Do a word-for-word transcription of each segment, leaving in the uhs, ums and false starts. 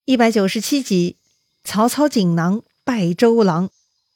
一百九十七集，曹操锦囊拜周郎。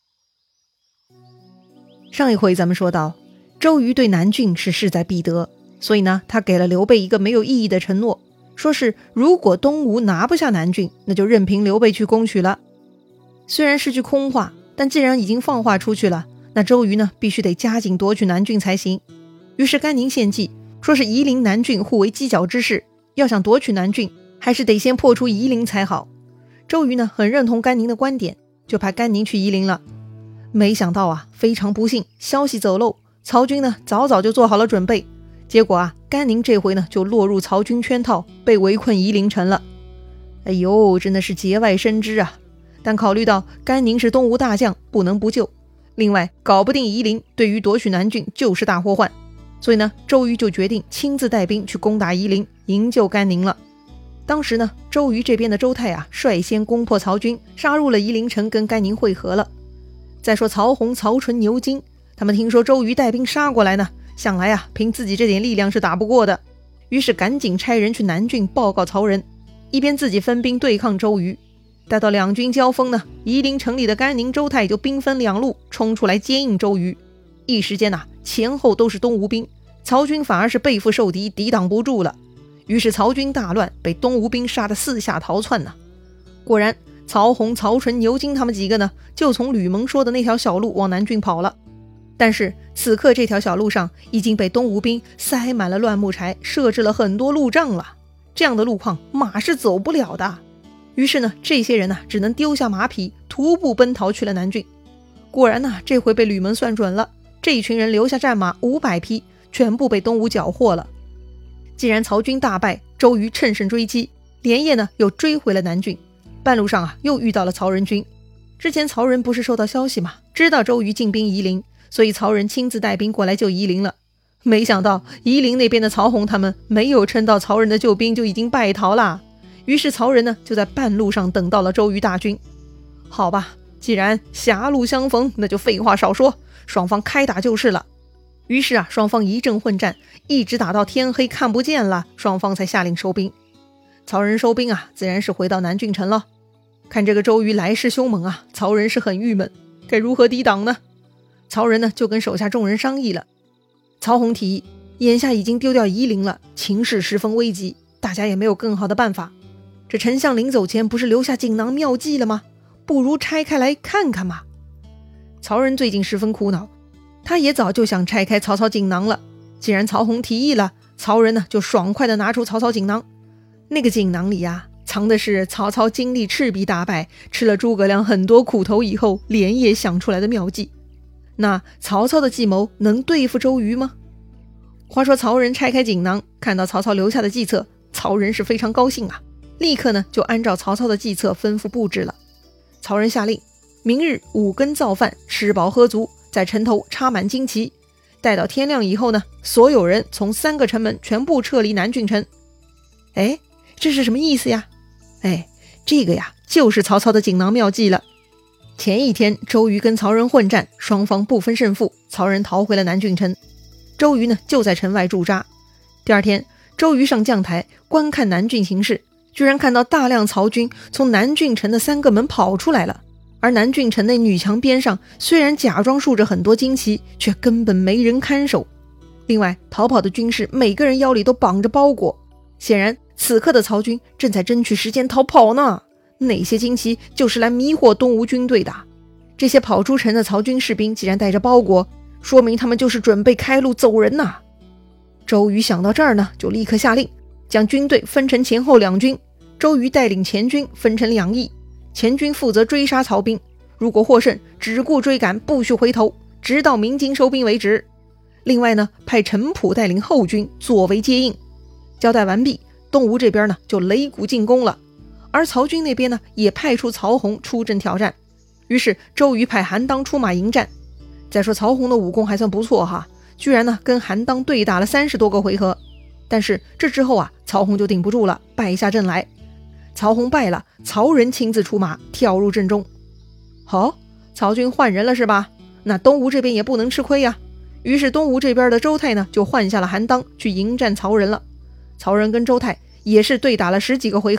上一回咱们说到，周瑜对南郡是势在必得，所以呢，他给了刘备一个没有意义的承诺，说是如果东吴拿不下南郡，那就任凭刘备去攻取了。虽然是句空话，但既然已经放话出去了，那周瑜呢必须得加紧夺取南郡才行。于是甘宁献计，说是夷陵南郡互为犄角之势，要想夺取南郡，还是得先破除夷陵才好。周瑜呢很认同甘宁的观点，就派甘宁去夷陵了。没想到啊，非常不幸，消息走漏，曹军呢早早就做好了准备，结果啊，甘宁这回呢就落入曹军圈套，被围困夷陵城了。哎呦，真的是节外生枝啊！但考虑到甘宁是东吴大将，不能不救，另外搞不定夷陵，对于夺取南郡就是大祸患，所以呢，周瑜就决定亲自带兵去攻打夷陵，营救甘宁了。当时呢，周瑜这边的周泰啊，率先攻破曹军，杀入了夷陵城，跟甘宁会合了。再说曹洪、曹纯、牛金，他们听说周瑜带兵杀过来呢，想来啊，凭自己这点力量是打不过的，于是赶紧差人去南郡报告曹仁，一边自己分兵对抗周瑜。待到两军交锋呢，夷陵城里的甘宁、周泰就兵分两路，冲出来接应周瑜。一时间啊，前后都是东吴兵，曹军反而是背负受敌，抵挡不住了。于是曹军大乱，被东吴兵杀得四下逃窜呢。果然，曹洪、曹纯、牛金他们几个呢，就从吕蒙说的那条小路往南郡跑了。但是此刻这条小路上已经被东吴兵塞满了乱木柴，设置了很多路障了。这样的路况，马是走不了的。于是呢，这些人呢，只能丢下马匹，徒步奔逃去了南郡。果然呢，这回被吕蒙算准了，这一群人留下战马五百匹，全部被东吴缴获了。既然曹军大败，周瑜乘胜追击，连夜呢又追回了南郡。半路上啊，又遇到了曹仁军。之前曹仁不是收到消息吗？知道周瑜进兵夷陵，所以曹仁亲自带兵过来救夷陵了。没想到夷陵那边的曹洪他们没有撑到曹仁的救兵，就已经败逃了。于是曹仁呢就在半路上等到了周瑜大军。好吧，既然狭路相逢，那就废话少说，双方开打就是了。于是啊，双方一阵混战，一直打到天黑看不见了，双方才下令收兵。曹仁收兵啊，自然是回到南郡城了。看这个周瑜来势凶猛啊，曹仁是很郁闷，该如何抵挡呢？曹仁呢就跟手下众人商议了。曹洪提议，眼下已经丢掉夷陵了，情势十分危急，大家也没有更好的办法。这丞相临走前不是留下锦囊妙计了吗？不如拆开来看看嘛。曹仁最近十分苦恼，他也早就想拆开曹操锦囊了。既然曹洪提议了，曹仁呢就爽快地拿出曹操锦囊。那个锦囊里呀、啊，藏的是曹操经历赤壁大败，吃了诸葛亮很多苦头以后，连夜想出来的妙计。那曹操的计谋能对付周瑜吗？话说曹仁拆开锦囊，看到曹操留下的计策，曹仁是非常高兴啊，立刻呢就按照曹操的计策吩咐布置了。曹仁下令，明日五更造饭，吃饱喝足，在城头插满旌旗，待到天亮以后呢，所有人从三个城门全部撤离南郡城。哎，这是什么意思呀？哎，这个呀就是曹操的锦囊妙计了。前一天周瑜跟曹仁混战，双方不分胜负，曹仁逃回了南郡城，周瑜呢就在城外驻扎。第二天，周瑜上将台观看南郡形势，居然看到大量曹军从南郡城的三个门跑出来了。而南郡城内女墙边上虽然假装竖着很多旌旗，却根本没人看守。另外，逃跑的军士每个人腰里都绑着包裹，显然此刻的曹军正在争取时间逃跑呢。那些旌旗就是来迷惑东吴军队的。这些跑出城的曹军士兵既然带着包裹，说明他们就是准备开路走人呐。周瑜想到这儿呢，就立刻下令将军队分成前后两军。周瑜带领前军分成两翼，前军负责追杀曹兵，如果获胜，只顾追赶，不许回头，直到鸣金收兵为止。另外呢，派陈普带领后军作为接应。交代完毕，东吴这边呢就擂鼓进攻了，而曹军那边呢也派出曹洪出阵挑战。于是周瑜派韩当出马迎战。再说曹洪的武功还算不错哈，居然呢跟韩当对打了三十多个回合。但是这之后啊，曹洪就顶不住了，败下阵来。曹洪败了，曹仁亲自出马跳入阵中。好、哦，曹军换人了是吧？那东吴这边也不能吃亏呀。于是东吴这边的周泰呢就换下了韩当去迎战曹仁了。曹仁跟周泰也是对打了十几个回合，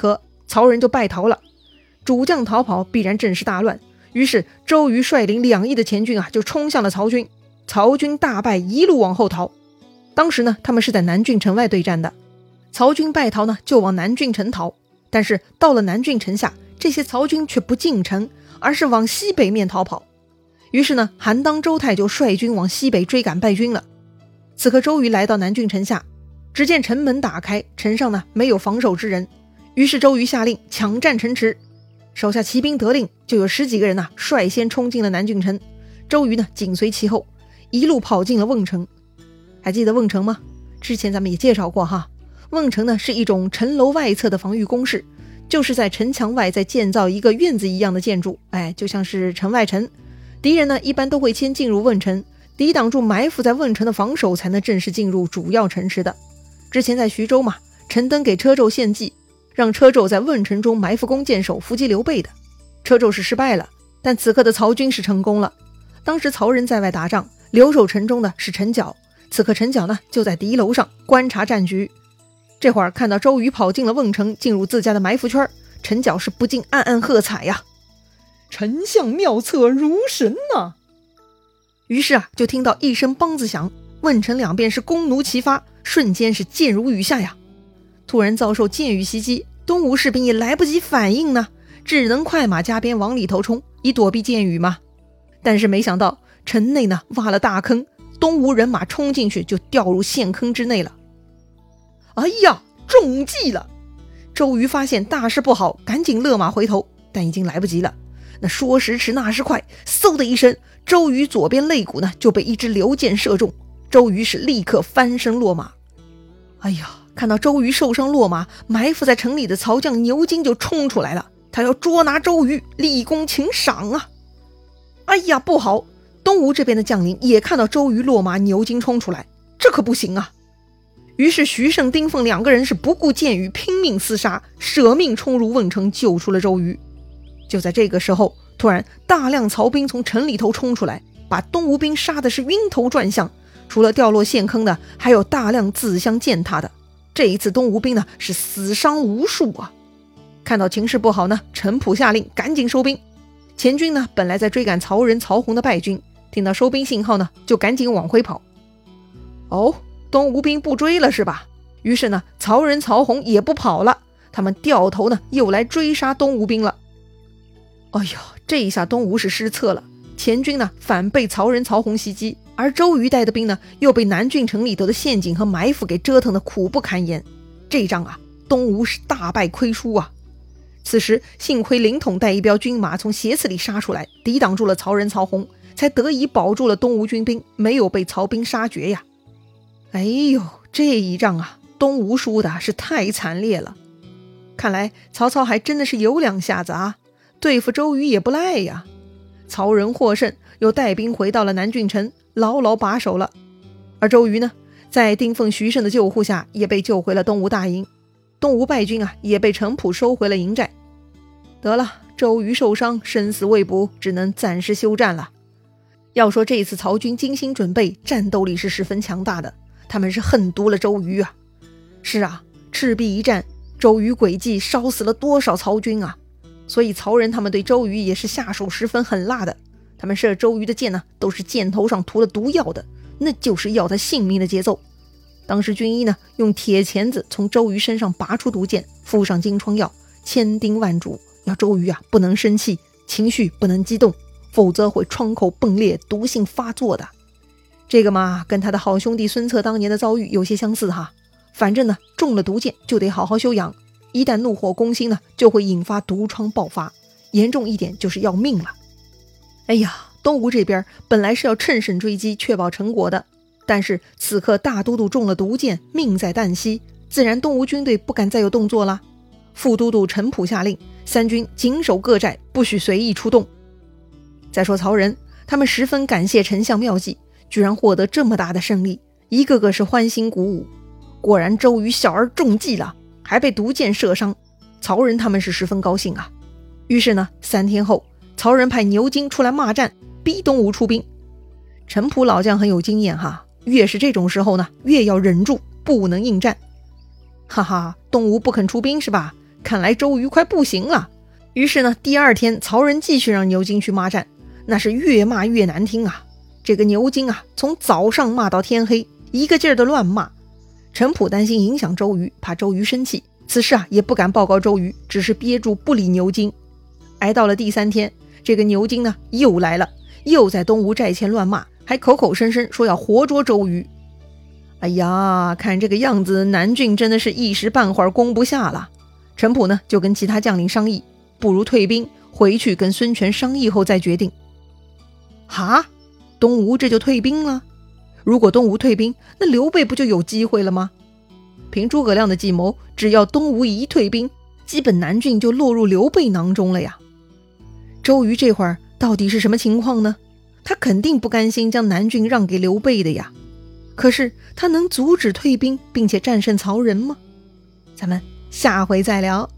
曹仁就败逃了。主将逃跑，必然阵势大乱。于是周瑜率领两翼的前军啊，就冲向了曹军。曹军大败，一路往后逃。当时呢，他们是在南郡城外对战的。曹军败逃呢，就往南郡城逃。但是到了南郡城下，这些曹军却不进城，而是往西北面逃跑。于是呢，韩当、周泰就率军往西北追赶败军了。此刻周瑜来到南郡城下，只见城门打开，城上呢没有防守之人。于是周瑜下令抢占城池，手下骑兵得令，就有十几个人呐、啊、率先冲进了南郡城。周瑜呢紧随其后，一路跑进了瓮城。还记得瓮城吗？之前咱们也介绍过哈。瓮城呢是一种城楼外侧的防御工事，就是在城墙外再建造一个院子一样的建筑，哎，就像是城外城。敌人呢一般都会先进入瓮城，抵挡住埋伏在瓮城的防守，才能正式进入主要城池的。之前在徐州嘛，陈登给车胄献计，让车胄在瓮城中埋伏弓箭手伏击刘备的。车胄是失败了，但此刻的曹军是成功了。当时曹仁在外打仗，留守城中的是陈缴，此刻陈缴呢就在敌楼上观察战局。这会儿看到周瑜跑进了瓮城，进入自家的埋伏圈，陈缴是不禁暗暗喝彩呀，丞相妙策如神呐！于是啊，就听到一声梆子响，瓮城两边是弓弩齐发，瞬间是箭如雨下呀。突然遭受箭雨袭击，东吴士兵也来不及反应呢，只能快马加鞭往里头冲，以躲避箭雨嘛。但是没想到城内呢挖了大坑，东吴人马冲进去就掉入陷坑之内了。哎呀，中计了！周瑜发现大事不好，赶紧勒马回头，但已经来不及了。那说时迟，那时快，嗖的一声，周瑜左边肋骨呢就被一支流箭射中，周瑜是立刻翻身落马。哎呀，看到周瑜受伤落马，埋伏在城里的曹将牛金就冲出来了，他要捉拿周瑜，立功请赏啊！哎呀，不好！东吴这边的将领也看到周瑜落马，牛金冲出来，这可不行啊！于是徐盛、丁奉两个人是不顾箭雨，拼命厮杀，舍命冲入瓮城，救出了周瑜。就在这个时候，突然大量曹兵从城里头冲出来，把东吴兵杀的是晕头转向。除了掉落陷坑的，还有大量自相践踏的。这一次东吴兵呢是死伤无数啊！看到情势不好呢，陈普下令赶紧收兵。前军呢本来在追赶曹仁、曹洪的败军，听到收兵信号呢，就赶紧往回跑。哦，东吴兵不追了是吧？于是呢，曹仁、曹洪也不跑了，他们掉头呢又来追杀东吴兵了。哎呀，这一下东吴是失策了，前军呢反被曹仁、曹洪袭击，而周瑜带的兵呢又被南郡城里头的陷阱和埋伏给折腾得苦不堪言。这仗啊，东吴是大败亏输啊！此时幸亏凌统带一彪军马从斜刺里杀出来，抵挡住了曹仁、曹洪，才得以保住了东吴军兵，没有被曹兵杀绝呀。哎呦，这一仗啊，东吴输的是太惨烈了。看来曹操还真的是有两下子啊，对付周瑜也不赖呀。曹仁获胜，又带兵回到了南郡城，牢牢把守了。而周瑜呢，在丁奉、徐盛的救护下，也被救回了东吴大营。东吴败军啊，也被程普收回了营寨。得了，周瑜受伤，生死未卜，只能暂时休战了。要说这次曹军精心准备，战斗力是十分强大的，他们是恨毒了周瑜啊。是啊，赤壁一战，周瑜诡计烧死了多少曹军啊！所以曹仁他们对周瑜也是下手十分狠辣的，他们射周瑜的箭呢，都是箭头上涂了毒药的，那就是要他性命的节奏。当时军医呢，用铁钳子从周瑜身上拔出毒箭，敷上金疮药，千叮万嘱，要周瑜啊不能生气，情绪不能激动，否则会创口迸裂，毒性发作的。这个嘛，跟他的好兄弟孙策当年的遭遇有些相似哈。反正呢，中了毒箭就得好好休养，一旦怒火攻心呢，就会引发毒疮爆发，严重一点就是要命了。哎呀，东吴这边本来是要乘胜追击，确保成果的，但是此刻大都督中了毒箭，命在旦夕，自然东吴军队不敢再有动作了。副都督陈普下令，三军紧守各寨，不许随意出动。再说曹仁，他们十分感谢丞相妙计，居然获得这么大的胜利，一个个是欢欣鼓舞。果然周瑜小儿中计了，还被毒箭射伤，曹仁他们是十分高兴啊。于是呢，三天后，曹仁派牛金出来骂战，逼东吴出兵。陈普老将很有经验哈，越是这种时候呢，越要忍住，不能应战。哈哈，东吴不肯出兵是吧？ 看来周瑜快不行了。于是呢，第二天曹仁继续让牛金去骂战，那是越骂越难听啊。这个牛金啊，从早上骂到天黑，一个劲儿的乱骂。陈普担心影响周瑜，怕周瑜生气，此事啊也不敢报告周瑜，只是憋住不理牛金。挨到了第三天，这个牛金呢又来了，又在东吴寨前乱骂，还口口声声说要活捉周瑜。哎呀，看这个样子，南郡真的是一时半会儿攻不下了。陈普呢就跟其他将领商议，不如退兵回去跟孙权商议后再决定。哈，东吴这就退兵了？如果东吴退兵，那刘备不就有机会了吗？凭诸葛亮的计谋，只要东吴一退兵，基本南郡就落入刘备囊中了呀。周瑜这会儿到底是什么情况呢？他肯定不甘心将南郡让给刘备的呀。可是他能阻止退兵并且战胜曹仁吗？咱们下回再聊。